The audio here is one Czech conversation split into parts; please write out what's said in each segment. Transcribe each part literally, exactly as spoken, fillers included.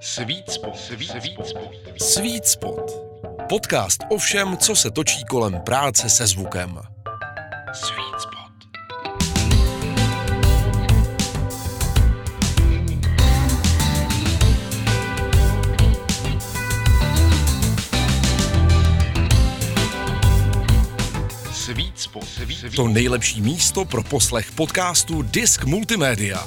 Sweet Spot. Sweet Spot. Sweet Spot. Podcast o všem, co se točí kolem práce se zvukem. Sweet Spot. Sweet Spot. Sweet To nejlepší místo pro poslech podcastu Disk Multimédia.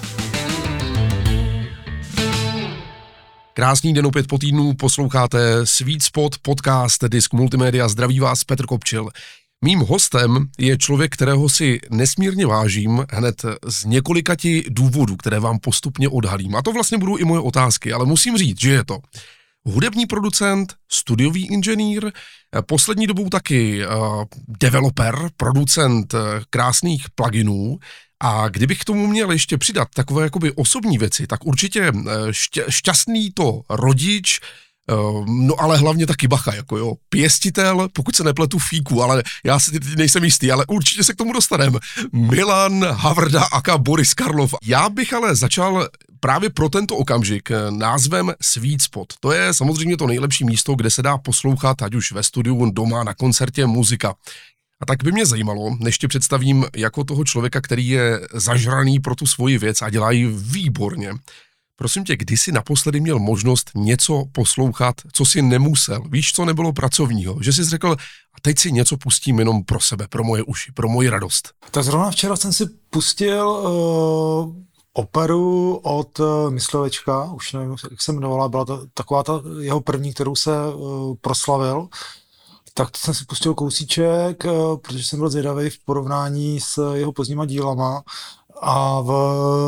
Krásný den opět po týdnu, posloucháte Sweet Spot, podcast Disk Multimédia. Zdraví vás Petr Kopčil. Mým hostem je člověk, kterého si nesmírně vážím hned z několikati důvodů, které vám postupně odhalím. A to vlastně budou i moje otázky, ale musím říct, že je to hudební producent, studiový inženýr, poslední dobou taky uh, developer, producent uh, krásných pluginů. A kdybych k tomu měl ještě přidat takové jakoby osobní věci, tak určitě šťa, šťastný to rodič, no ale hlavně taky bacha, jako jo, pěstitel, pokud se nepletu fíku, ale já si teď nejsem jistý, ale určitě se k tomu dostaneme. Milan Havrda aka Boris Karlov. Já bych ale začal právě pro tento okamžik názvem Sweet Spot. To je samozřejmě to nejlepší místo, kde se dá poslouchat, ať už ve studiu, doma, na koncertě, muzika. A tak by mě zajímalo, než tě představím jako toho člověka, který je zažraný pro tu svoji věc a dělá ji výborně. Prosím tě, kdy jsi naposledy měl možnost něco poslouchat, co si nemusel, víš, co nebylo pracovního, že jsi řekl, a teď si něco pustím jenom pro sebe, pro moje uši, pro moji radost. Tak zrovna včera jsem si pustil uh, operu od uh, Myslivečka, už nevím, jak se jmenovala, byla to taková ta jeho první, kterou se uh, proslavil. Tak to jsem si pustil kousíček, protože jsem byl zvědavý v porovnání s jeho pozdníma dílama a v,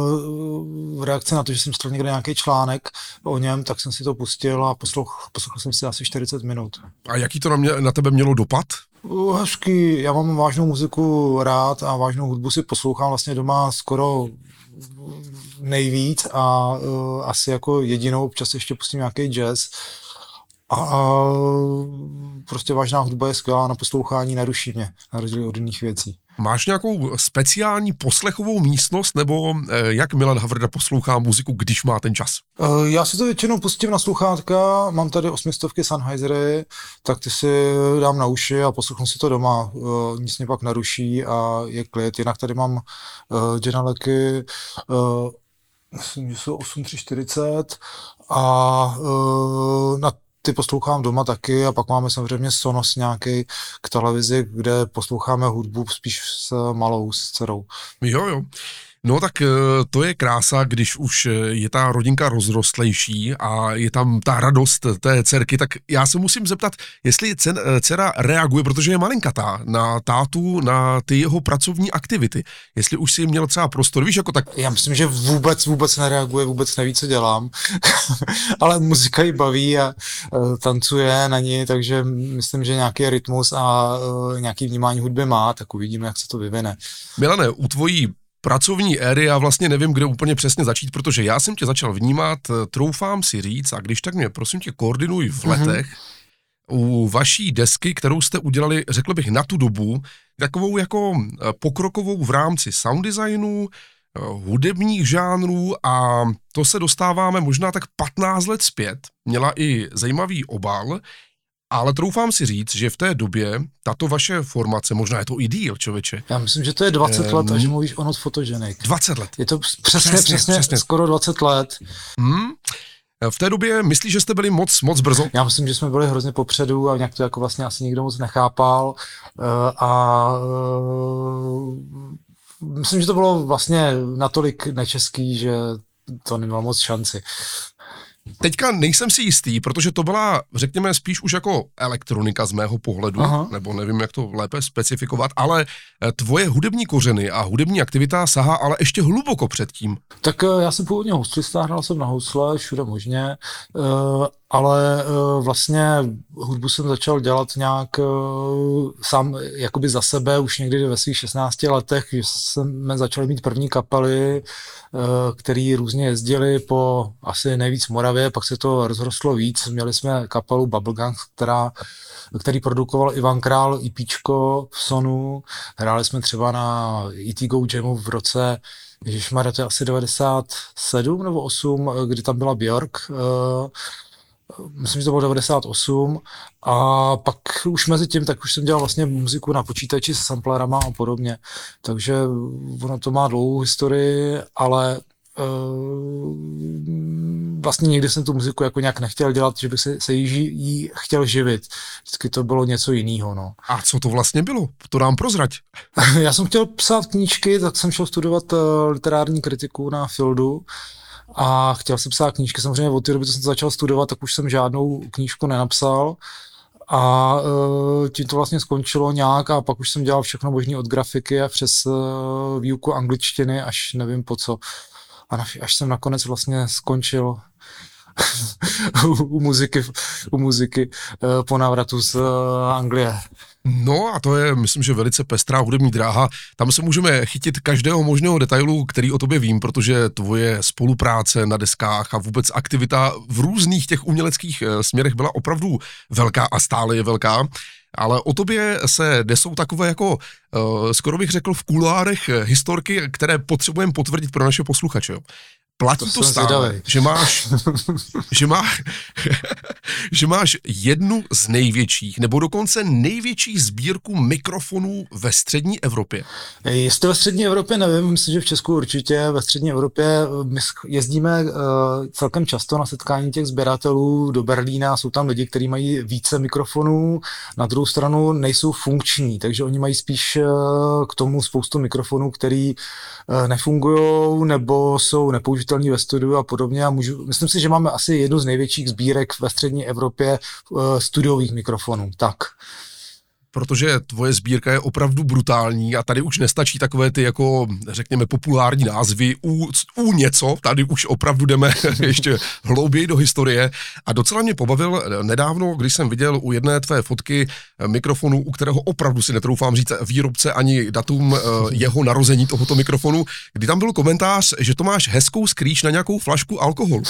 v reakci na to, že jsem četl někde nějaký článek o něm, tak jsem si to pustil a poslouchl, poslouchl jsem si asi čtyřicet minut. A jaký to na, mě, na tebe mělo dopad? Hezký, já mám vážnou muziku rád a vážnou hudbu si poslouchám vlastně doma skoro nejvíc a uh, asi jako jedinou, občas ještě pustím nějaký jazz. A prostě vážná hudba je skvělá, na poslouchání neruší mě, na rozdíl od jiných věcí. Máš nějakou speciální poslechovou místnost, nebo jak Milan Havrda poslouchá muziku, když má ten čas? Já si to většinou pustím na sluchátka, mám tady osmistovky Sennheisery, tak ty si dám na uši a poslouchám si to doma, nic mě pak neruší a je klid. Jinak tady mám Geneleky, myslím, že jsou osm tři čtyřicet a na ty poslouchám doma taky a pak máme samozřejmě Sonos nějaký k televizi, kde posloucháme hudbu spíš s malou, s dcerou. Jo, jo. No tak to je krása, když už je ta rodinka rozrostlejší a je tam ta radost té dcerky, tak já se musím zeptat, jestli dcera reaguje, protože je malinkatá, na tátu, na ty jeho pracovní aktivity. Jestli už si měl třeba prostor, víš, jako tak... Já myslím, že vůbec, vůbec nereaguje, vůbec neví, co dělám, ale muzika ji baví a uh, tancuje na ní, takže myslím, že nějaký rytmus a uh, nějaký vnímání hudby má, tak uvidíme, jak se to vyvine. Milane, u tvojí pracovní éry já vlastně nevím, kde úplně přesně začít, protože já jsem tě začal vnímat, troufám si říct, a když tak mě prosím tě koordinuj v letech, mm-hmm. u vaší desky, kterou jste udělali, řekl bych na tu dobu, takovou jako pokrokovou v rámci sound designu, hudebních žánrů a to se dostáváme možná tak patnáct let zpět, měla i zajímavý obal, ale troufám si říct, že v té době tato vaše formace, možná je to i díl, člověče. Já myslím, že to je dvacet um, let, až mluvíš o Not Photogenic. dvacet let. Je to přesně, přesně, přesně, přesně. skoro dvacet let. Hmm. V té době myslíš, že jste byli moc, moc brzo? Já myslím, že jsme byli hrozně popředu a nějak to jako vlastně asi nikdo moc nechápal a myslím, že to bylo vlastně natolik nečeský, že to nemělo moc šanci. Teďka nejsem si jistý, protože to byla, řekněme, spíš už jako elektronika z mého pohledu, Aha. nebo nevím, jak to lépe specifikovat, ale tvoje hudební kořeny a hudební aktivita sahá ale ještě hluboko předtím. Tak já jsem původně houslista, hrál jsem na housle, všude možně, ale vlastně hudbu jsem začal dělat nějak sám jakoby za sebe, už někdy ve svých šestnácti letech, že jsme začali mít první kapely, který různě jezdili po asi nejvíc Moravě, pak se to rozrostlo víc, měli jsme kapelu Bubblegang, která, který produkoval Ivan Král EPčko v Sonu, hráli jsme třeba na E T Go Jamu v roce ježišmarja, to je asi devadesát sedm nebo osm, kdy tam byla Björk, uh, myslím, že to bylo devadesát osm a pak už mezi tím, tak už jsem dělal vlastně muziku na počítači s samplerama a podobně, takže ono to má dlouhou historii, ale uh, vlastně nikdy jsem tu muziku jako nějak nechtěl dělat, že bych se, se jí, jí chtěl živit. Vždycky to bylo něco jiného, no. A co to vlastně bylo? To nám prozrať. Já jsem chtěl psát knížky, tak jsem šel studovat uh, literární kritiku na Fieldu a chtěl jsem psát knížky. Samozřejmě od té doby, co jsem to začal studovat, tak už jsem žádnou knížku nenapsal a uh, tím to vlastně skončilo nějak a pak už jsem dělal všechno možné od grafiky a přes uh, výuku angličtiny až nevím po co. A až jsem nakonec vlastně skončil u muziky, u muziky uh, po návratu z uh, Anglie. No a to je, myslím, že velice pestrá hudební dráha. Tam se můžeme chytit každého možného detailu, který o tobě vím, protože tvoje spolupráce na deskách a vůbec aktivita v různých těch uměleckých směrech byla opravdu velká a stále je velká. Ale o tobě se desou takové jako, uh, skoro bych řekl, v kuloárech historky, které potřebujeme potvrdit pro naše posluchače. Platí to, to stále, že máš, že, má, že máš jednu z největších, nebo dokonce největší sbírku mikrofonů ve střední Evropě. Jestli ve střední Evropě, nevím, myslím, že v Česku určitě, ve střední Evropě my jezdíme uh, celkem často na setkání těch sběratelů do Berlína, jsou tam lidi, kteří mají více mikrofonů, na druhou stranu nejsou funkční, takže oni mají spíš uh, k tomu spoustu mikrofonů, který uh, nefungujou nebo jsou nepoužitelné ve studiu a podobně a můžu, myslím si, že máme asi jednu z největších sbírek ve střední Evropě uh, studiových mikrofonů, tak. Protože tvoje sbírka je opravdu brutální a tady už nestačí takové ty jako, řekněme, populární názvy u, u něco, tady už opravdu jdeme ještě hlouběji do historie a docela mě pobavil nedávno, když jsem viděl u jedné tvé fotky mikrofonu, u kterého opravdu si netroufám říct výrobce ani datum jeho narození tohoto mikrofonu, kdy tam byl komentář, že to máš hezkou skrýč na nějakou flašku alkoholu.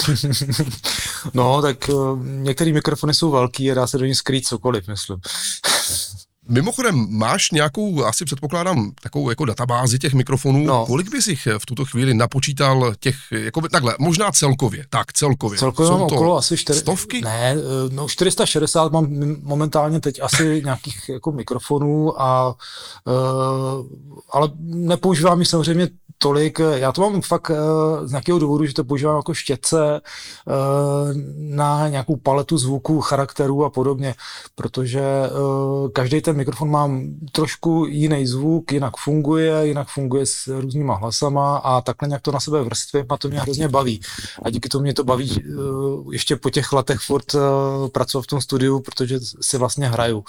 No, tak uh, některé mikrofony jsou velký a dá se do ní skrýt cokoliv, myslím. Mimochodem, máš nějakou, asi předpokládám, takovou jako databázi těch mikrofonů, no. Kolik bys jich v tuto chvíli napočítal těch, jako takhle, možná celkově, tak celkově. Celkově mám okolo asi čtyři... stovky? Ne, no čtyři sta šedesát mám momentálně teď asi nějakých jako mikrofonů, a, uh, ale nepoužívám jich samozřejmě tolik, já to mám fakt uh, z nějakého důvodu, že to používám jako štětce uh, na nějakou paletu zvuků, charakterů a podobně, protože uh, každý ten mikrofon má trošku jiný zvuk, jinak funguje, jinak funguje s různýma hlasama a takhle nějak to na sebe vrstvím a to mě hrozně baví. A díky tomu mě to baví uh, ještě po těch letech furt uh, pracovat v tom studiu, protože si vlastně hraju.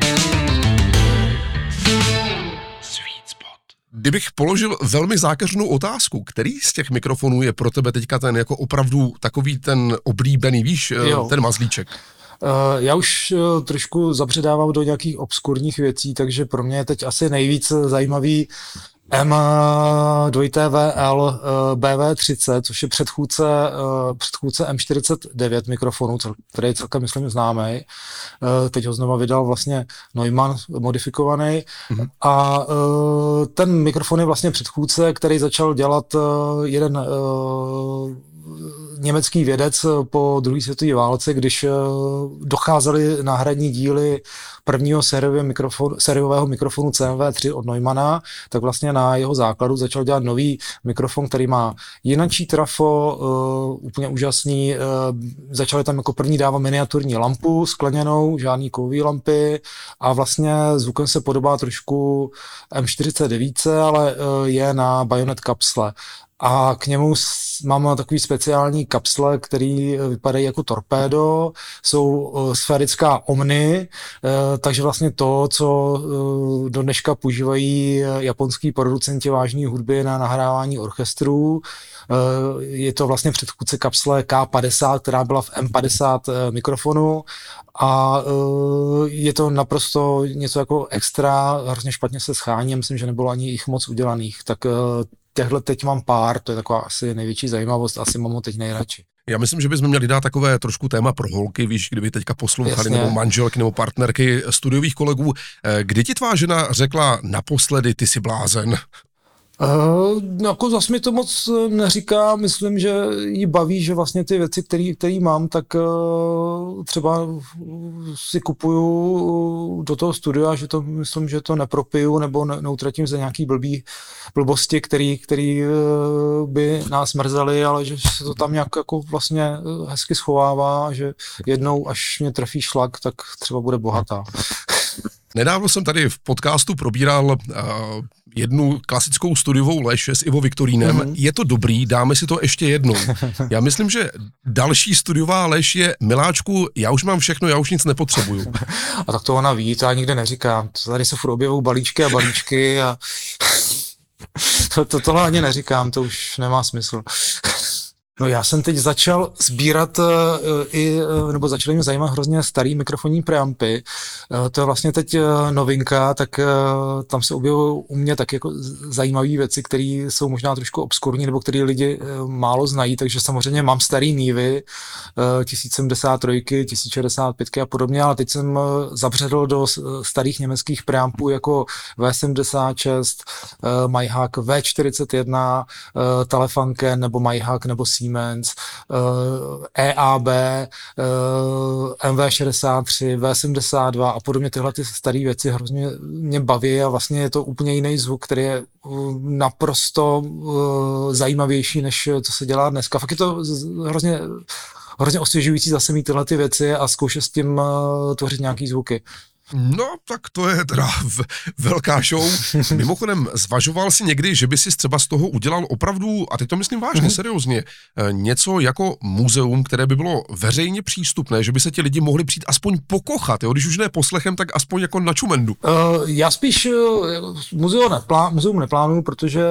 Kdybych položil velmi zákeřnou otázku, který z těch mikrofonů je pro tebe teďka ten jako opravdu takový ten oblíbený, víš, jo. ten mazlíček? Uh, já už uh, trošku zabředávám do nějakých obskurních věcí, takže pro mě je teď asi nejvíc zajímavý M dva V L B V třicet, což je předchůdce, uh, předchůdce M čtyřicet devět mikrofonu, který je celkem, myslím, známý. Uh, teď ho znova vydal vlastně Neumann modifikovaný. Mm-hmm. A uh, ten mikrofon je vlastně předchůdce, který začal dělat uh, jeden uh, německý vědec po druhé světové válce, když docházely náhradní díly prvního sériového mikrofonu, sériového mikrofonu C M V tři od Neumanna, tak vlastně na jeho základu začal dělat nový mikrofon, který má jinačí trafo, uh, úplně úžasný. Uh, začali tam jako první dávat miniaturní lampu skleněnou, žádný kovový lampy a vlastně zvukem se podobá trošku M čtyřicet devět, ale uh, je na bajonet kapsle. A k němu mám takový speciální kapsle, který vypadají jako torpédo, jsou sférická omny, takže vlastně to, co do dneška používají japonský producenti vážné hudby na nahrávání orchestrů, je to vlastně předchůdce kapsle K padesát, která byla v M padesát mikrofonu a je to naprosto něco jako extra, hrozně špatně se schání, myslím, že nebylo ani jich moc udělaných, tak těchhle teď mám pár, to je taková asi největší zajímavost, asi mám ho teď nejradši. Já myslím, že bychom měli dát takové trošku téma pro holky, víš, kdyby teďka poslouchali, nebo manželky, nebo partnerky studiových kolegů. Kdy ti tvá žena řekla naposledy, ty jsi blázen? Uh, jako zase mi to moc neříká, myslím, že jí baví, že vlastně ty věci, které mám, tak uh, třeba si kupuju do toho studia, že to myslím, že to nepropiju nebo ne, neutratím za nějaký blbý blbosti, který, který uh, by nás mrzely, ale že se to tam nějak jako vlastně hezky schovává, že jednou, až mě trefí šlak, tak třeba bude bohatá. Nedávno jsem tady v podcastu probíral uh, jednu klasickou studiovou lež s Ivo Viktorínem. Mm-hmm. Je to dobrý, dáme si to ještě jednou. Já myslím, že další studiová lež je miláčku, já už mám všechno, já už nic nepotřebuju. A tak to ona ví, to já nikde neříkám. Tady se furt objevují balíčky a balíčky a to, to, tohle ani neříkám, to už nemá smysl. No já jsem teď začal sbírat uh, i, uh, nebo začaly mě zajímat hrozně starý mikrofonní preampy. Uh, to je vlastně teď uh, novinka, tak uh, tam se objevují u mě tak jako zajímavé věci, které jsou možná trošku obskurní, nebo které lidi uh, málo znají, takže samozřejmě mám starý Nivy, uh, tisíc sedmdesát tři, tisíc šedesát pět a podobně, ale teď jsem uh, zabředl do uh, starých německých preampů jako V sedmdesát šest, uh, Maihak V čtyřicet jedna, uh, Telefunken nebo Maihak nebo Siemens, uh, E A B, uh, M V šedesát tři, V sedmdesát dva a podobně tyhle ty staré věci hrozně mě baví a vlastně je to úplně jiný zvuk, který je uh, naprosto uh, zajímavější, než co se dělá dneska. Fakt je to hrozně, hrozně osvěžující zase mít tyhle ty věci a zkoušet s tím uh, tvořit nějaký zvuky. No, tak to je teda velká show. Mimochodem, zvažoval si někdy, že by si třeba z toho udělal opravdu, a teď to myslím vážně, mm-hmm. seriózně, něco jako muzeum, které by bylo veřejně přístupné, že by se ti lidi mohli přijít aspoň pokochat, jo? Když už ne poslechem, tak aspoň jako na čumendu. Uh, já spíš uh, muzeum, neplá, muzeum neplánuju, protože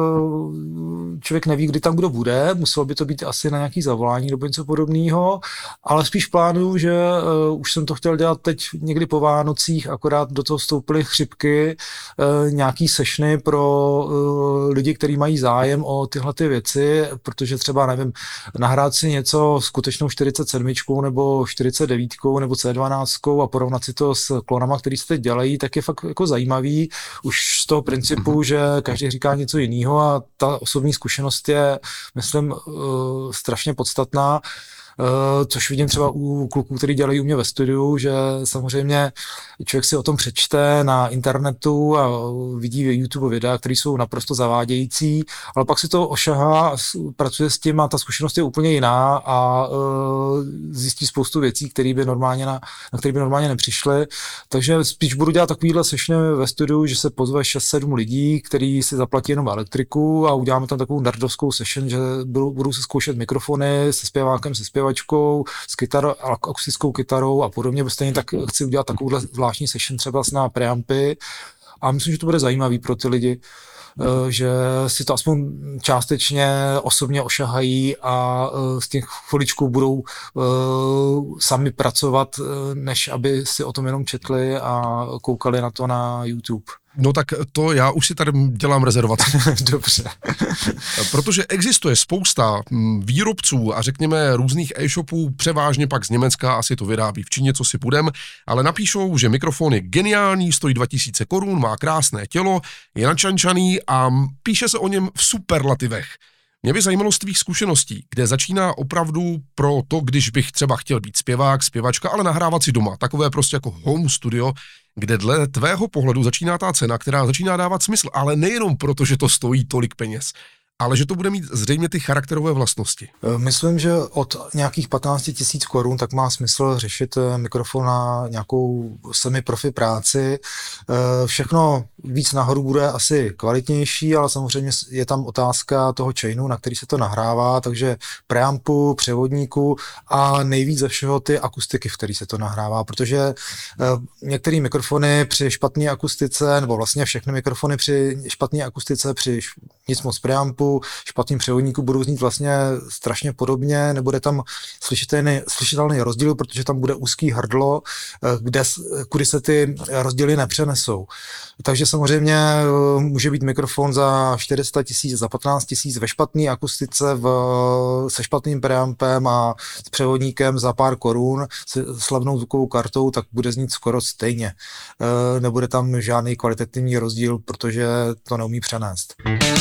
člověk neví, kdy tam kdo bude, muselo by to být asi na nějaký zavolání nebo něco podobného, ale spíš plánuju, že uh, už jsem to chtěl dělat teď někdy po Vánocích, akorát do toho vstoupily chřipky, e, nějaký sessiony pro e, lidi, kteří mají zájem o tyhle ty věci, protože třeba, nevím, nahrát si něco skutečnou čtyřicet sedm nebo čtyřicet devět nebo C dvanáct a porovnat si to s klonama, který se teď dělají, tak je fakt jako zajímavý už z toho principu, že každý říká něco jiného a ta osobní zkušenost je, myslím, e, strašně podstatná. Uh, což vidím třeba u kluků, kteří dělají u mě ve studiu, že samozřejmě člověk si o tom přečte na internetu a vidí YouTube videa, které jsou naprosto zavádějící, ale pak si to ošahá, pracuje s tím a ta zkušenost je úplně jiná a uh, zjistí spoustu věcí, které by normálně na, na které by normálně nepřišly. Takže spíš budu dělat takovýhle sessiony ve studiu, že se pozve šest sedm lidí, kteří si zaplatí jenom elektriku a uděláme tam takovou nerdovskou session, že budu, budu se zkoušet mikrofony se zpěvákem, se zpěvákem s kytarou, akustickou kytarou a podobně. Stejně tak chci udělat takovouhle zvláštní session třeba na preampy a myslím, že to bude zajímavý pro ty lidi, že si to aspoň částečně osobně ošahají a z těch chviličků budou sami pracovat, než aby si o tom jenom četli a koukali na to na YouTube. No tak to já už si tady dělám rezervaci. Dobře. Protože existuje spousta výrobců a řekněme různých e-shopů, převážně pak z Německa, asi to vyrábí v Číně, co si půjdem, ale napíšou, že mikrofon je geniální, stojí dva tisíce korun, má krásné tělo, je načančaný a píše se o něm v superlativech. Mě by zajímalo z tvých zkušeností, kde začíná opravdu pro to, když bych třeba chtěl být zpěvák, zpěvačka, ale nahrávat si doma, takové prostě jako home studio, kde dle tvého pohledu začíná ta cena, která začíná dávat smysl, ale nejenom proto, že to stojí tolik peněz, ale že to bude mít zřejmě ty charakterové vlastnosti. Myslím, že od nějakých patnáct tisíc korun tak má smysl řešit mikrofon na nějakou semi-profi práci. Všechno víc nahoru bude asi kvalitnější, ale samozřejmě je tam otázka toho chainu, na který se to nahrává, takže preampu, převodníku a nejvíc ze všeho ty akustiky, v který se to nahrává, protože některé mikrofony při špatné akustice, nebo vlastně všechny mikrofony při špatné akustice, při nic moc preampu, špatným převodníku budou znít vlastně strašně podobně, nebude tam slyšitelný, slyšitelný rozdíl, protože tam bude úzký hrdlo, kde, kudy se ty rozdíly nepřenesou. Takže samozřejmě může být mikrofon za čtyři sta tisíc, za patnáct tisíc ve špatné akustice, v, se špatným preampem a s převodníkem za pár korun, s levnou zvukovou kartou, tak bude znít skoro stejně. Nebude tam žádný kvalitativní rozdíl, protože to neumí přenést.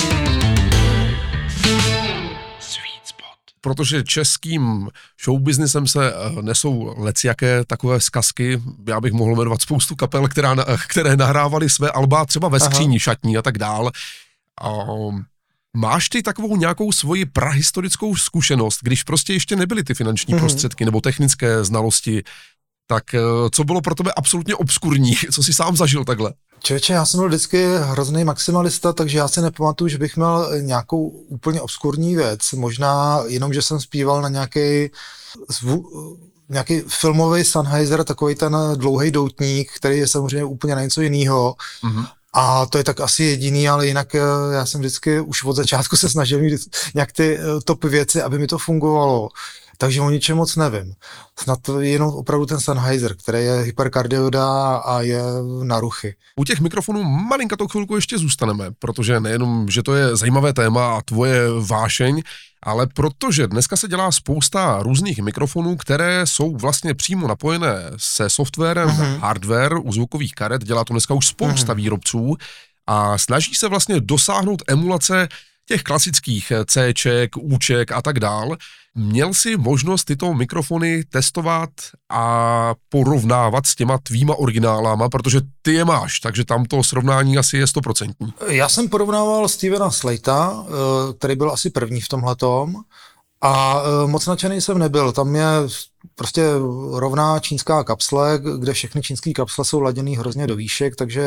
Protože českým showbiznisem se nesou lecijaké takové zkazky, já bych mohl jmenovat spoustu kapel, která, které nahrávaly své alba třeba ve skříni šatní a tak dál. Um, máš ty takovou nějakou svoji prahistorickou zkušenost, když prostě ještě nebyly ty finanční mm-hmm. prostředky nebo technické znalosti, tak co bylo pro tebe absolutně obskurní, co jsi sám zažil takhle? Člověče, já jsem byl vždycky hrozný maximalista, takže já si nepamatuju, že bych měl nějakou úplně obskurní věc. Možná jenom, že jsem zpíval na nějaký zvu, nějaký filmový Sennheiser, takový ten dlouhý doutník, který je samozřejmě úplně na něco jiného. Mm-hmm. A to je tak asi jediný, ale jinak já jsem vždycky už od začátku se snažil mít nějak ty top věci, aby mi to fungovalo. Takže o ničem moc nevím. Snad jenom opravdu ten Sennheiser, který je hyperkardioda a je na ruchy. U těch mikrofonů malinkatou chvilku ještě zůstaneme, protože nejenom, že to je zajímavé téma a tvoje vášeň, ale protože dneska se dělá spousta různých mikrofonů, které jsou vlastně přímo napojené se softwarem, mm-hmm. hardware u zvukových karet, dělá to dneska už spousta mm-hmm. výrobců a snaží se vlastně dosáhnout emulace těch klasických Cček, Úček a tak dál. Měl jsi možnost tyto mikrofony testovat a porovnávat s těma tvýma originálama, protože ty je máš, takže tam to srovnání asi je stoprocentní. Já jsem porovnával Stevena Slatea, který byl asi první v tomhletom, a moc nadšený jsem nebyl. Tam je prostě rovná čínská kapsle, kde všechny čínské kapsle jsou laděný hrozně do výšek, takže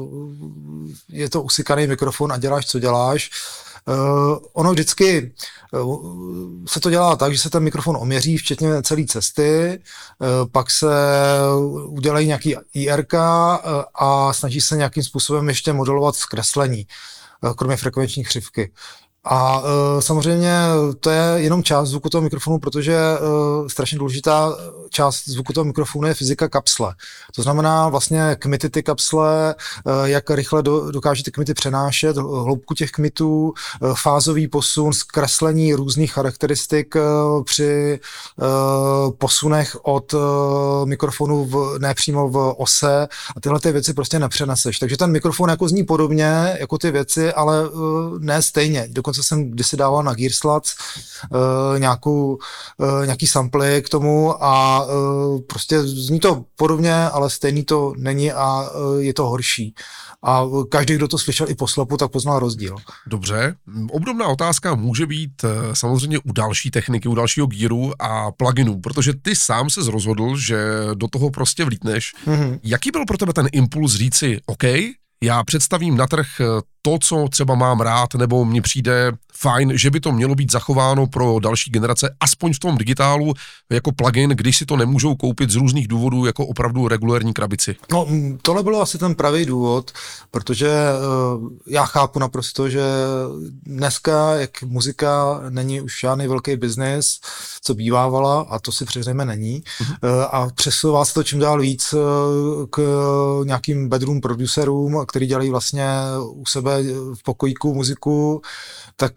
je to usikaný mikrofon a děláš, co děláš. Uh, ono vždycky uh, se to dělá tak, že se ten mikrofon oměří, včetně celé cesty, uh, pak se udělají nějaký í erka uh, a snaží se nějakým způsobem ještě modelovat zkreslení, uh, kromě frekvenční křivky. A uh, samozřejmě to je jenom část zvuku toho mikrofonu, protože uh, strašně důležitá část zvuku toho mikrofonu je fyzika kapsle. To znamená vlastně kmity ty kapsle, uh, jak rychle do, dokáže ty kmity přenášet, hloubku těch kmitů, uh, fázový posun, zkreslení různých charakteristik uh, při uh, posunech od uh, mikrofonu v, ne přímo v ose a tyhle ty věci prostě nepřeneseš. Takže ten mikrofon jako zní podobně jako ty věci, ale uh, ne stejně. Dokonce jsem kdysi dával na Gearslats uh, nějakou, uh, nějaký samply k tomu a uh, prostě zní to podobně, ale stejný to není a uh, je to horší. A každý, kdo to slyšel i po slepu, tak poznal rozdíl. Dobře. Obdobná otázka může být samozřejmě u další techniky, u dalšího gearu a pluginů, protože ty sám ses rozhodl, že do toho prostě vlítneš. Mm-hmm. Jaký byl pro tebe ten impuls říci, OK, já představím na trh to, co třeba mám rád, nebo mně přijde fajn, že by to mělo být zachováno pro další generace, aspoň v tom digitálu jako plugin, když si to nemůžou koupit z různých důvodů jako opravdu regulérní krabici? No, tohle bylo asi ten pravý důvod, protože uh, já chápu naprosto, že dneska, jak muzika není už žádný velký biznis, co bývávala, a to si přiznejme není, uh-huh. uh, a přesouvá se to čím dál víc uh, k nějakým bedroom producerům, který dělají vlastně u sebe v pokojíku muziku, tak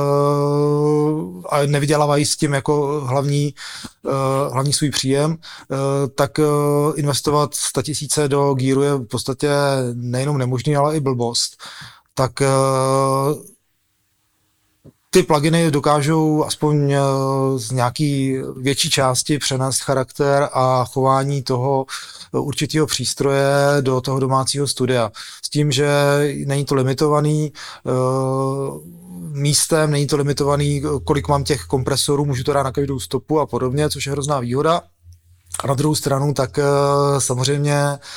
uh, a nevydělávají s tím jako hlavní, uh, hlavní svůj příjem, uh, tak uh, investovat sto tisíce do gearu je v podstatě nejenom nemožný, ale i blbost. Tak uh, ty pluginy dokážou aspoň z nějaký větší části přenést charakter a chování toho určitého přístroje do toho domácího studia. S tím, že není to limitovaný místem, není to limitovaný, kolik mám těch kompresorů, můžu to dát na každou stopu a podobně, což je hrozná výhoda. A na druhou stranu, tak samozřejmě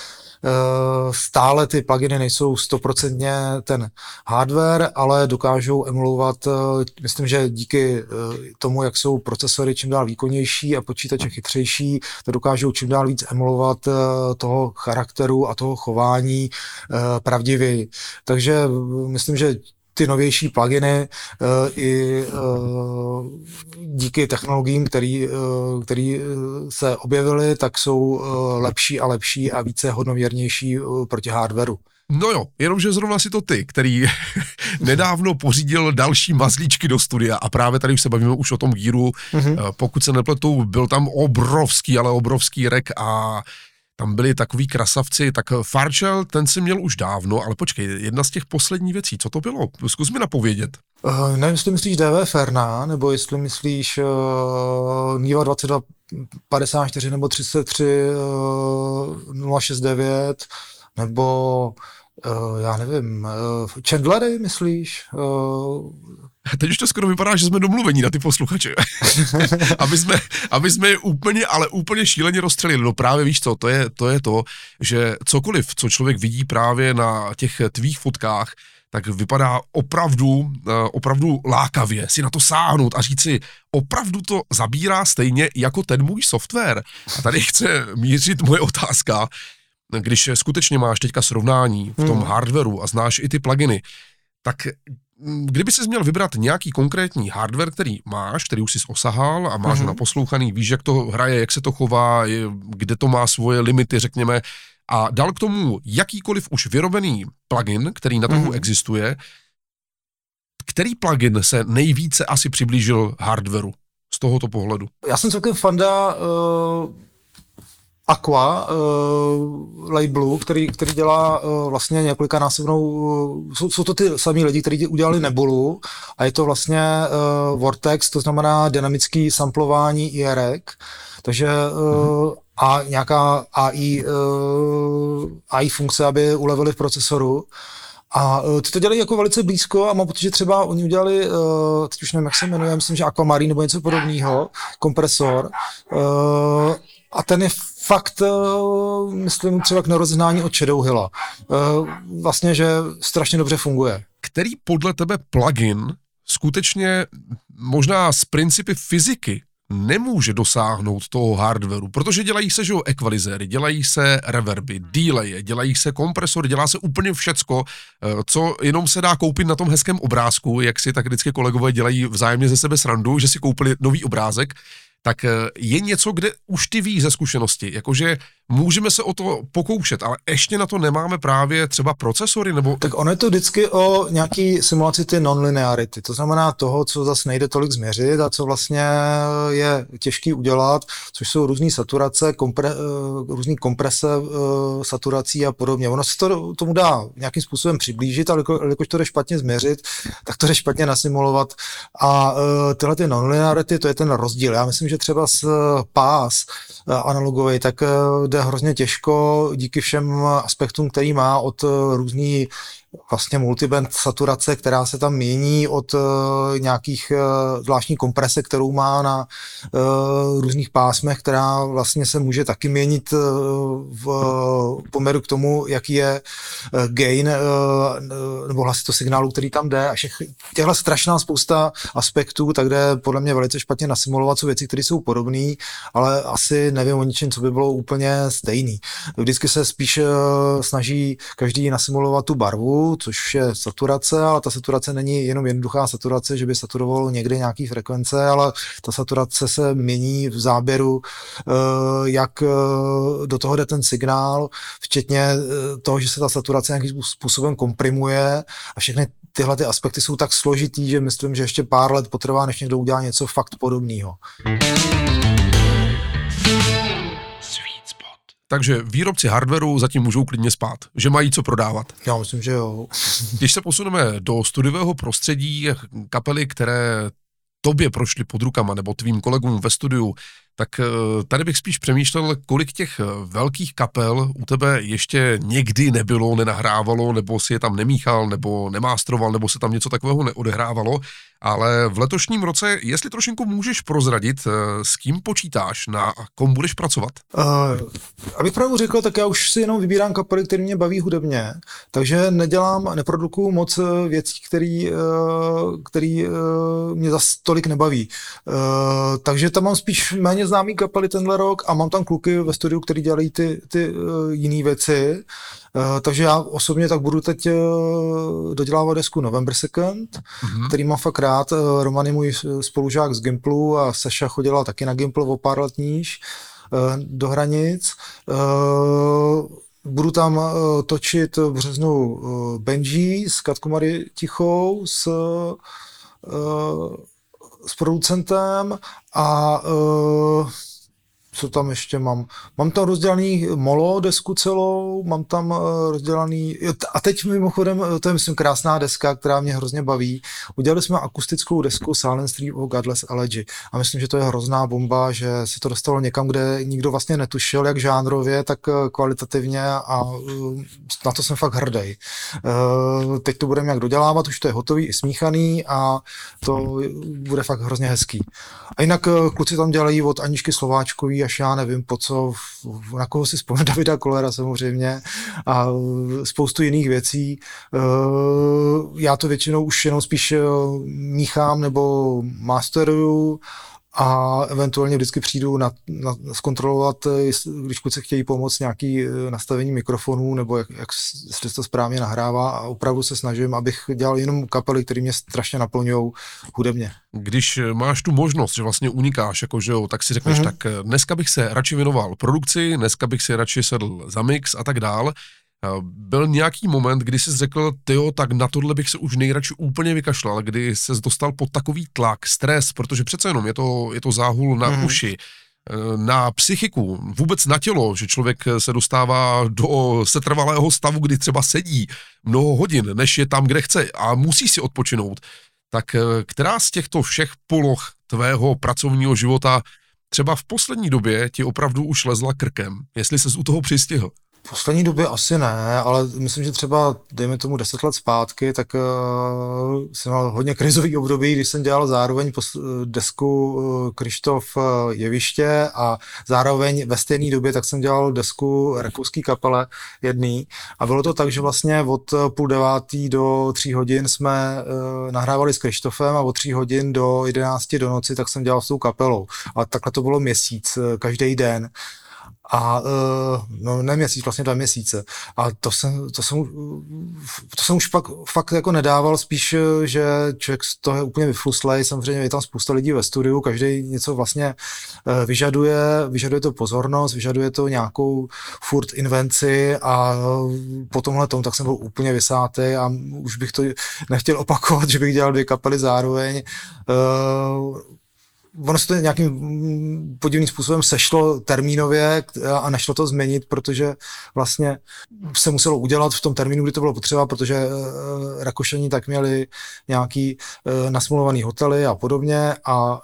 stále ty pluginy nejsou stoprocentně ten hardware, ale dokážou emulovat, myslím, že díky tomu, jak jsou procesory čím dál výkonnější a počítače chytřejší, to dokážou čím dál víc emulovat toho charakteru a toho chování pravdivěji. Takže myslím, že ty novější pluginy uh, i uh, díky technologiím, který, uh, který se objevily, tak jsou uh, lepší a lepší a více hodnověrnější uh, proti hardwareu. No jo, jenomže zrovna si to ty, který nedávno pořídil další mazlíčky do studia a právě tady už se bavíme už o tom Gearu, mm-hmm. pokud se nepletu, byl tam obrovský, ale obrovský rek a tam byli takový krasavci, tak Farchel, ten si měl už dávno, ale počkej, jedna z těch posledních věcí, co to bylo? Zkus mi napovědět. Uh, nevím, jestli myslíš D V Ferna, nebo jestli myslíš uh, Niva dvacet dva padesát čtyři nebo třicet tři uh, nula šest devět, nebo uh, já nevím, uh, Chandlery myslíš? Uh, Teď už to skoro vypadá, že jsme domluvení na ty posluchače. aby, jsme, aby jsme je úplně, ale úplně šíleně rozstřelili. No právě víš co, to je, to je to, že cokoliv, co člověk vidí právě na těch tvých fotkách, tak vypadá opravdu, opravdu lákavě si na to sáhnout a říct si, opravdu to zabírá stejně jako ten můj software. A tady chce mířit moje otázka, když skutečně máš teďka srovnání v tom hmm. hardwareu a znáš i ty pluginy, tak kdyby jsi měl vybrat nějaký konkrétní hardware, který máš, který už jsi osahal a máš ho mm-hmm. naposlouchaný, víš, jak to hraje, jak se to chová, kde to má svoje limity, řekněme, a dal k tomu jakýkoliv už vyrobený plugin, který na trhu mm-hmm. existuje, který plugin se nejvíce asi přiblížil hardwareu z tohoto pohledu? Já jsem celkem fanda uh... Aqua uh, labelu, který, který dělá uh, vlastně několikanásobnou, uh, jsou, jsou to ty samý lidi, kteří udělali Nebulu a je to vlastně uh, Vortex, to znamená dynamický samplování I Rek, takže uh, a nějaká A I, uh, A I funkce, aby ulevili v procesoru. A uh, ty to dělají jako velice blízko a mám pocit, že třeba oni udělali, uh, teď už nevím, jak se jmenuje, myslím, že Aquamarine nebo něco podobného, kompresor. Uh, a ten je fakt, uh, myslím, třeba k nerozeznání od Shadowhilla. Uh, vlastně, že strašně dobře funguje. Který podle tebe plugin skutečně možná z principy fyziky nemůže dosáhnout toho hardwareu, protože dělají se, že jo, equalizéry, dělají se reverby, delaye, dělají se kompresory, dělá se úplně všecko, co jenom se dá koupit na tom hezkém obrázku, jak si tak vždycky kolegové dělají vzájemně ze sebe srandu, že si koupili nový obrázek, tak je něco, kde už ty víš ze zkušenosti, jakože můžeme se o to pokoušet, ale ještě na to nemáme právě třeba procesory, nebo... Tak ono je to vždycky o nějaký simulaci ty non-linearity, to znamená toho, co zase nejde tolik změřit a co vlastně je těžký udělat, což jsou různý saturace, kompre, různý komprese saturací a podobně. Ono se to tomu dá nějakým způsobem přiblížit, ale jakož to jde špatně změřit, tak to jde špatně nasimulovat a tyhle ty non-linearity, to je ten rozdíl. Já myslím, že třeba s pás analogový, tak jde hrozně těžko díky všem aspektům, který má od různý vlastně multiband saturace, která se tam mění od uh, nějakých uh, zvláštní komprese, kterou má na uh, různých pásmech, která vlastně se může taky měnit uh, v uh, poměru k tomu, jaký je uh, gain uh, nebo hlasitost signálu, který tam jde. A všech těchto strašná spousta aspektů, tak jde podle mě velice špatně nasimulovat, jsou věci, které jsou podobné, ale asi nevím o ničem, co by bylo úplně stejný. Vždycky se spíš uh, snaží každý nasimulovat tu barvu, což je saturace, ale ta saturace není jenom jednoduchá saturace, že by saturoval někde nějaký frekvence, ale ta saturace se mění v záběru, jak do toho jde ten signál, včetně toho, že se ta saturace nějakým způsobem komprimuje a všechny tyhle ty aspekty jsou tak složitý, že myslím, že ještě pár let potrvá, než někdo udělá něco fakt podobného. Takže výrobci hardwareu zatím můžou klidně spát, že mají co prodávat. Já myslím, že jo. Když se posuneme do studiového prostředí, kapely, které tobě prošly pod rukama, nebo tvým kolegům ve studiu, tak tady bych spíš přemýšlel, kolik těch velkých kapel u tebe ještě někdy nebylo, nenahrávalo, nebo si je tam nemíchal, nebo nemástroval, nebo se tam něco takového neodehrávalo, ale v letošním roce, jestli trošinku můžeš prozradit, s kým počítáš, na kom budeš pracovat? Uh, abych pravdu řekl, tak já už si jenom vybírám kapely, které mě baví hudebně, takže nedělám, neprodukuju moc věcí, který, uh, který uh, mě zas tolik nebaví. Uh, takže tam mám spíš méně známý kapely tenhle rok a mám tam kluky ve studiu, který dělají ty, ty uh, jiné věci. Uh, takže já osobně tak budu teď uh, dodělávat desku November Second, mm-hmm. který mám fakt rád. Uh, Roman je můj spolužák z Gimplu a Saša chodila taky na Gimpl o pár let níž uh, do Hranic. Uh, budu tam uh, točit v březnu uh, Benji s Katkou Marie Tichou, s, uh, s producentem a uh, co tam ještě mám? Mám tam rozdělaný molo desku celou, mám tam rozdělaný, a teď mimochodem, to je myslím krásná deska, která mě hrozně baví. Udělali jsme akustickou desku Silent Stream of Godless Elegy a myslím, že to je hrozná bomba, že se to dostalo někam, kde nikdo vlastně netušil, jak žánrově, tak kvalitativně a na to jsem fakt hrdý. Teď to budeme nějak dodělávat, už to je hotový i smíchaný a to bude fakt hrozně hezký. A jinak kluci tam dělají od Aničky Slováčkový až já nevím po co, na koho si vzpomenu, Davida Kollera samozřejmě a spoustu jiných věcí. Já to většinou už jenom spíš míchám nebo masteruju a eventuálně vždycky přijdu na, na, zkontrolovat, když kluci chtějí pomoct nějaký nastavení mikrofonů nebo jak, jak se to správně nahrává a opravdu se snažím, abych dělal jenom kapely, které mě strašně naplňují hudebně. Když máš tu možnost, že vlastně unikáš, jako že jo, tak si řekneš, mm-hmm. tak dneska bych se radši věnoval produkci, dneska bych si radši sedl za mix a tak dál. Byl nějaký moment, kdy jsi řekl, tyjo, tak na tohle bych se už nejradši úplně vykašlal, kdy ses dostal pod takový tlak, stres, protože přece jenom je to, je to záhul na mm. uši, na psychiku, vůbec na tělo, že člověk se dostává do setrvalého stavu, kdy třeba sedí mnoho hodin, než je tam, kde chce a musí si odpočinout. Tak která z těchto všech poloh tvého pracovního života třeba v poslední době ti opravdu už lezla krkem, jestli ses u toho přistihl? V poslední době asi ne, ale myslím, že třeba, dejme tomu deset let zpátky, tak uh, jsem měl hodně krizový období, když jsem dělal zároveň pos- desku uh, Krištof uh, Jeviště a zároveň ve stejné době tak jsem dělal desku rakouský kapele jedný a bylo to tak, že vlastně od půl devátý do tří hodin jsme uh, nahrávali s Krištofem a od tří hodin do jedenácti do noci tak jsem dělal s tou kapelou a takhle to bylo měsíc, uh, každý den. A no ne měsíc, vlastně dva měsíce. A to jsem, to jsem, to jsem už pak fakt jako nedával, spíš, že člověk z toho je úplně vyfluslej, samozřejmě je tam spousta lidí ve studiu, každý něco vlastně vyžaduje, vyžaduje to pozornost, vyžaduje to nějakou furt invenci a po tomhle tomu tak jsem byl úplně vysátý a už bych to nechtěl opakovat, že bych dělal dvě kapely zároveň. Ono se to nějakým podivným způsobem sešlo termínově a nešlo to změnit, protože vlastně se muselo udělat v tom termínu, kdy to bylo potřeba, protože Rakušani tak měli nějaký nasmluvaný hotely a podobně a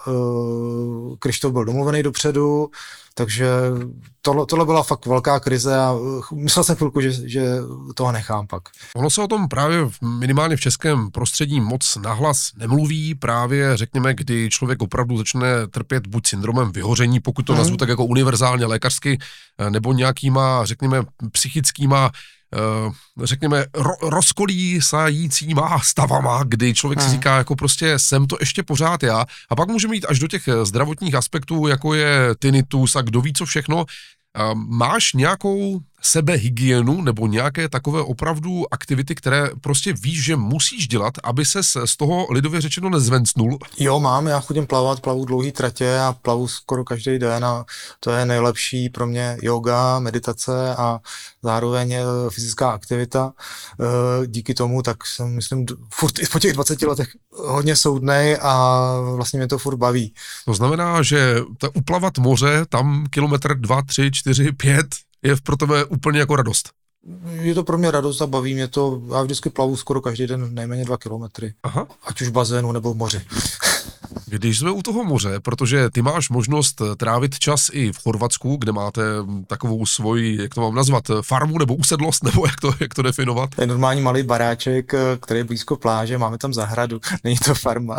Krištof byl domluvený dopředu, takže tohle, tohle byla fakt velká krize a myslel jsem chvilku, že, že toho nechám pak. Ono se o tom právě minimálně v českém prostředí moc nahlas nemluví, právě řekněme, kdy člověk opravdu začne trpět buď syndromem vyhoření, pokud to hmm. nazvu tak jako univerzálně lékařsky, nebo nějakýma, řekněme, psychickýma řekněme, ro- rozkolísajícíma stavama, kdy člověk hmm. si říká, jako prostě jsem to ještě pořád já a pak můžeme jít až do těch zdravotních aspektů, jako je tinnitus a kdo ví co všechno. Máš nějakou sebehygienu nebo nějaké takové opravdu aktivity, které prostě víš, že musíš dělat, aby ses z toho lidově řečeno nezvencnul? Jo, mám, já chodím plavat, plavu dlouhý tratě a plavu skoro každý den a to je nejlepší pro mě yoga, meditace a zároveň fyzická aktivita. Díky tomu tak jsem, myslím, furt i po těch dvaceti letech hodně soudnej a vlastně mě to furt baví. To znamená, že ta uplavat moře, tam kilometr dva, tři, čtyři, pět, je pro tebe úplně jako radost? Je to pro mě radost a baví mě to. Já vždycky plavu skoro každý den nejméně dva kilometry. Aha. Ať už v bazénu nebo v moři. Když jsme u toho moře, protože ty máš možnost trávit čas i v Chorvatsku, kde máte takovou svoji, jak to mám nazvat, farmu nebo usedlost, nebo jak to, jak to definovat? To je normální malý baráček, který je blízko pláže, máme tam zahradu, není to farma.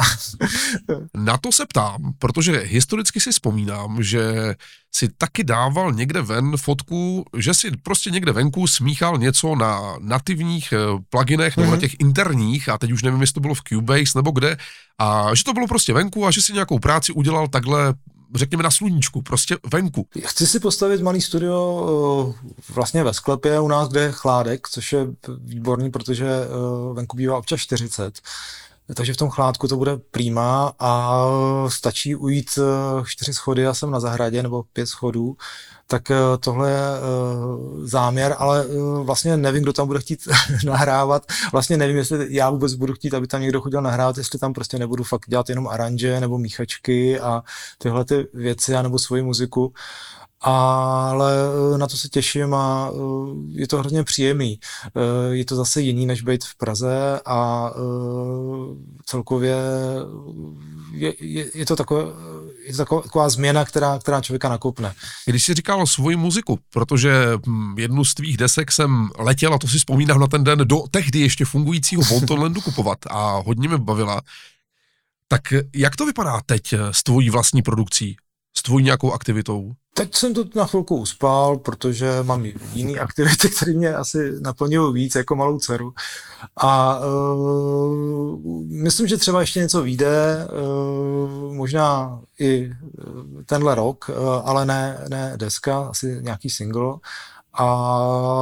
Na to se ptám, protože historicky si vzpomínám, že si taky dával někde ven fotku, že si prostě někde venku smíchal něco na nativních pluginech nebo mm-hmm. na těch interních, a teď už nevím, jestli to bylo v Cubase nebo kde, a že to bylo prostě venku a že si nějakou práci udělal takhle, řekněme, na sluníčku, prostě venku. Chci si postavit malý studio vlastně ve sklepě u nás, kde je chládek, což je výborný, protože venku bývá občas čtyřicet. takže v tom chládku to bude prima a stačí ujít čtyři schody a jsem na zahradě, nebo pět schodů, tak tohle je záměr, ale vlastně nevím, kdo tam bude chtít nahrávat. Vlastně nevím, jestli já vůbec budu chtít, aby tam někdo chodil nahrávat, jestli tam prostě nebudu fakt dělat jenom aranže nebo míchačky a tyhle ty věci, nebo svoji muziku. Ale na to se těším a je to hrozně příjemný. Je to zase jiný, než být v Praze a celkově je, je, je to takové, je to taková, taková změna, která, která člověka nakopne. Když jsi říkal svoji muziku, protože jednu z tvých desek jsem letěl, a to si vzpomínám na ten den, do tehdy ještě fungujícího Bontonlandu kupovat a hodně mě bavila, tak jak to vypadá teď s tvojí vlastní produkcí, s tvojí nějakou aktivitou? Teď jsem to na chvilku uspál, protože mám jiný aktivity, které mě asi naplňují víc, jako malou dceru. A uh, myslím, že třeba ještě něco vyjde, uh, možná i tenhle rok, uh, ale ne, ne deska, asi nějaký single. A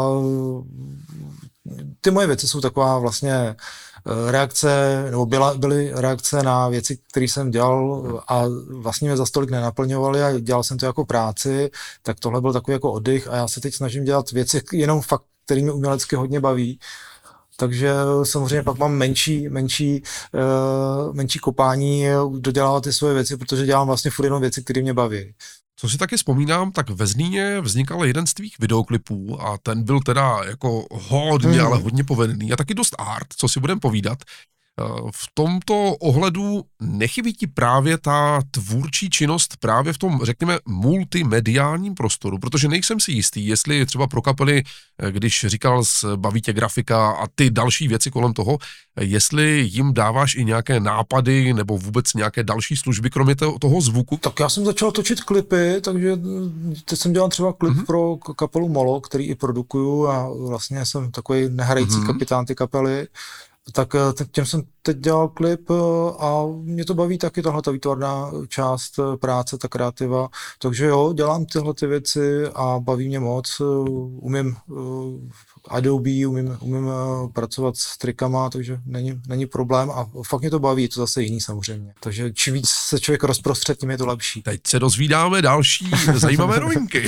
ty moje věci jsou taková vlastně reakce, nebo byla, byly reakce na věci, které jsem dělal a vlastně mě za stolik nenaplňovaly a dělal jsem to jako práci, tak tohle byl takový jako oddych a já se teď snažím dělat věci jenom fakt, které mě umělecky hodně baví. Takže samozřejmě pak mám menší, menší, uh, menší kopání dodělávat ty svoje věci, protože dělám vlastně furt jenom věci, které mě baví. Co si taky vzpomínám, tak ve Zlíně vznikal jeden z tvých videoklipů a ten byl teda jako hodně, hmm. ale hodně povedený a taky dost art, co si budem povídat. V tomto ohledu nechybí ti právě ta tvůrčí činnost právě v tom, řekněme, multimediálním prostoru, protože nejsem si jistý, jestli třeba pro kapely, když říkal, baví tě grafika a ty další věci kolem toho, jestli jim dáváš i nějaké nápady nebo vůbec nějaké další služby, kromě toho zvuku? Tak já jsem začal točit klipy, takže teď jsem dělal třeba klip mm-hmm. pro kapelu Molo, který i produkuju a vlastně jsem takový nehrající mm-hmm. kapitán ty kapely. Tak těm jsem teď dělal klip a mě to baví taky tahle ta výtvarná část práce, ta kreativa. Takže jo, dělám tyhle ty věci a baví mě moc. Umím Adobe, umím, umím pracovat s trikama, takže není, není problém a fakt mě to baví, je to zase jiný samozřejmě. Takže čím víc se člověk rozprostřed, tím je to lepší. Teď se dozvídáme další zajímavé novinky.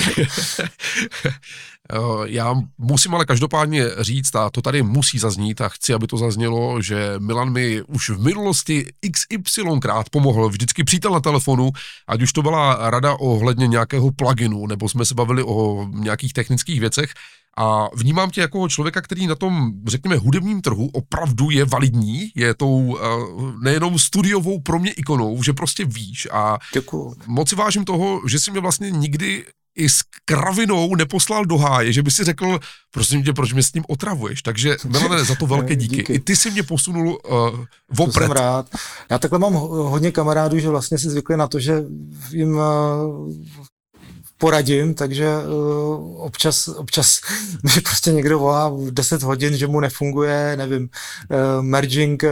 Já musím ale každopádně říct, a to tady musí zaznít a chci, aby to zaznělo, že Milan mi už v minulosti iks ypsilon krát pomohl, vždycky přítel na telefonu, ať už to byla rada ohledně nějakého pluginu, nebo jsme se bavili o nějakých technických věcech. A vnímám tě jako člověka, který na tom, řekněme, hudebním trhu opravdu je validní, je tou nejenom studiovou pro mě ikonou, že prostě víš a Děkuju. Moc si vážím toho, že jsi mě vlastně nikdy i s kravinou neposlal do háje, že by si řekl, prosím tě, proč mě s ním otravuješ, takže Milane, za to velké díky. díky. I ty si mě posunul uh, vopred. To jsem rád. Já takhle mám hodně kamarádů, že vlastně si zvykli na to, že jim uh, poradím, takže uh, občas, občas mi prostě někdo volá v deset hodin, že mu nefunguje, nevím, uh, merging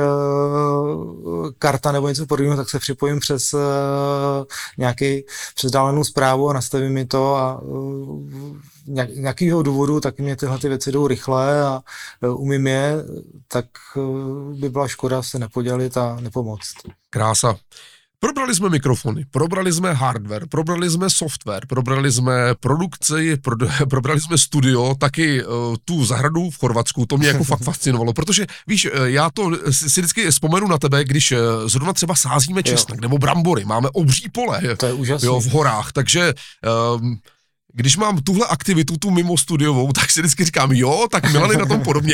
uh, karta nebo něco podobného, tak se připojím přes uh, nějaký přes dálenou zprávu a nastavím mi to a uh, nějakého důvodu, tak mě tyhle ty věci jdou rychle a uh, umím je, tak uh, by byla škoda se nepodělit a nepomoct. Krása. Probrali jsme mikrofony, probrali jsme hardware, probrali jsme software, probrali jsme produkci, pro, probrali jsme studio, taky uh, tu zahradu v Chorvatsku, to mě jako fakt fascinovalo, protože víš, já to si vždycky vzpomenu na tebe, když zrovna třeba sázíme česnek jo. nebo brambory, máme obří pole to je úžasný. Jo, v horách, takže um, když mám tuhle aktivitu, tu mimo studiovou, tak si vždycky říkám, jo, tak Milan je na tom podobně.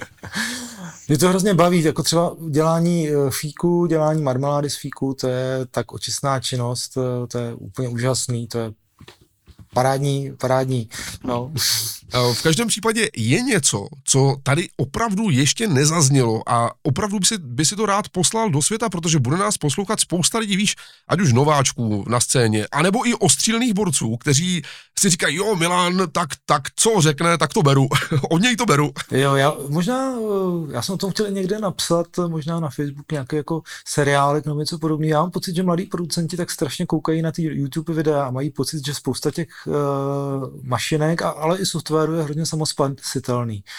Mě to hrozně baví, jako třeba dělání fíku, dělání marmelády z fíku, to je tak očistná činnost, to je úplně úžasný, to je parádní, parádní, no. V každém případě je něco, co tady opravdu ještě nezaznělo a opravdu by si, by si to rád poslal do světa, protože bude nás poslouchat spousta lidí, víš, ať už nováčků na scéně, anebo i ostřílených borců, kteří si říkají, jo, Milan, tak, tak co řekne, tak to beru, od něj to beru. Jo, já možná, já jsem o tom chtěl někde napsat, možná na Facebook nějaký jako seriálek nebo něco podobného. Já mám pocit, že mladí producenti tak strašně koukají na ty YouTube videa a mají pocit, že spousta těch uh, mašinek, a, ale i softwaru je hodně samospasitelný.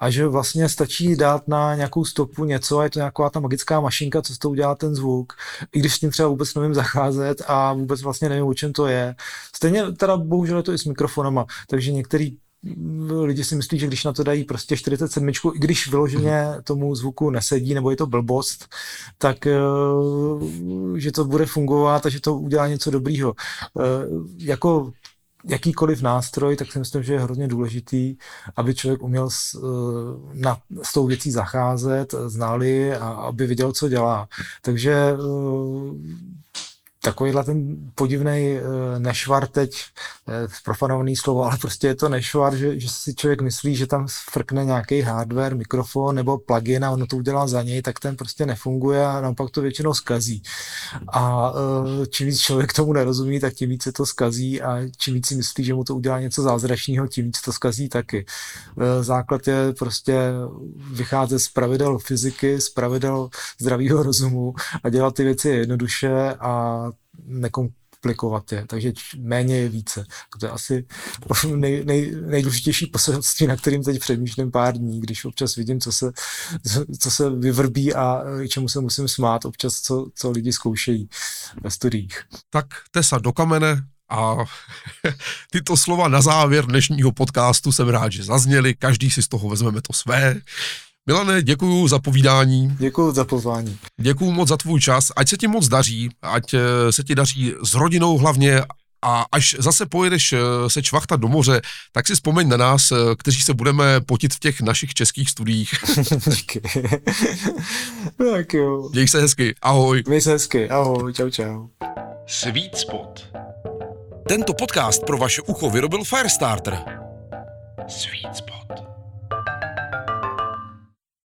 a že vlastně stačí dát na nějakou stopu něco a je to nějaká ta magická mašinka, co z toho udělá ten zvuk, i když s tím třeba vůbec nevím zacházet a vůbec vlastně nevím, o čem to je. Stejně teda bohužel je to i s mikrofonama, takže některý lidi si myslí, že když na to dají prostě čtyřicet sedm, i když vyloženě tomu zvuku nesedí, nebo je to blbost, tak že to bude fungovat a že to udělá něco dobrýho. Jako jakýkoliv nástroj, tak si myslím, že je hrozně důležitý, aby člověk uměl s, na, s tou věcí zacházet, znali a aby věděl, co dělá. Takže takovýhle ten podivný nešvar teď, profanovaný slovo, ale prostě je to nešvar, že, že si člověk myslí, že tam frkne nějaký hardware, mikrofon nebo plugin a ono to udělá za něj, tak ten prostě nefunguje a naopak to většinou zkazí. A čím víc člověk tomu nerozumí, tak tím víc se to zkazí a čím víc si myslí, že mu to udělá něco zázračného, tím víc to zkazí taky. Základ je prostě vycházet z pravidel fyziky, z pravidel zdravého rozumu a dělat ty věci jednoduše a nekomplikovat je, takže méně je více. To je asi nej, nej, nejdůležitější poselství, na kterým teď přemýšlím pár dní, když občas vidím, co se, co se vyvrbí a čemu se musím smát, občas co, co lidi zkoušejí ve studiích. Tak tesa do kamene a tyto slova na závěr dnešního podcastu jsem rád, že zazněly, každý si z toho vezmeme to své. Milane, děkuju za povídání. Děkuju za pozvání. Děkuju moc za tvůj čas, ať se ti moc daří, ať se ti daří s rodinou hlavně a až zase pojedeš se čvachtat do moře, tak si vzpomeň na nás, kteří se budeme potit v těch našich českých studiích. Díky. Tak jo. Děj se hezky, ahoj. Měj se hezky, ahoj, čau čau. Sweet Spot. Tento podcast pro vaše ucho vyrobil Firestarter. Sweet Spot.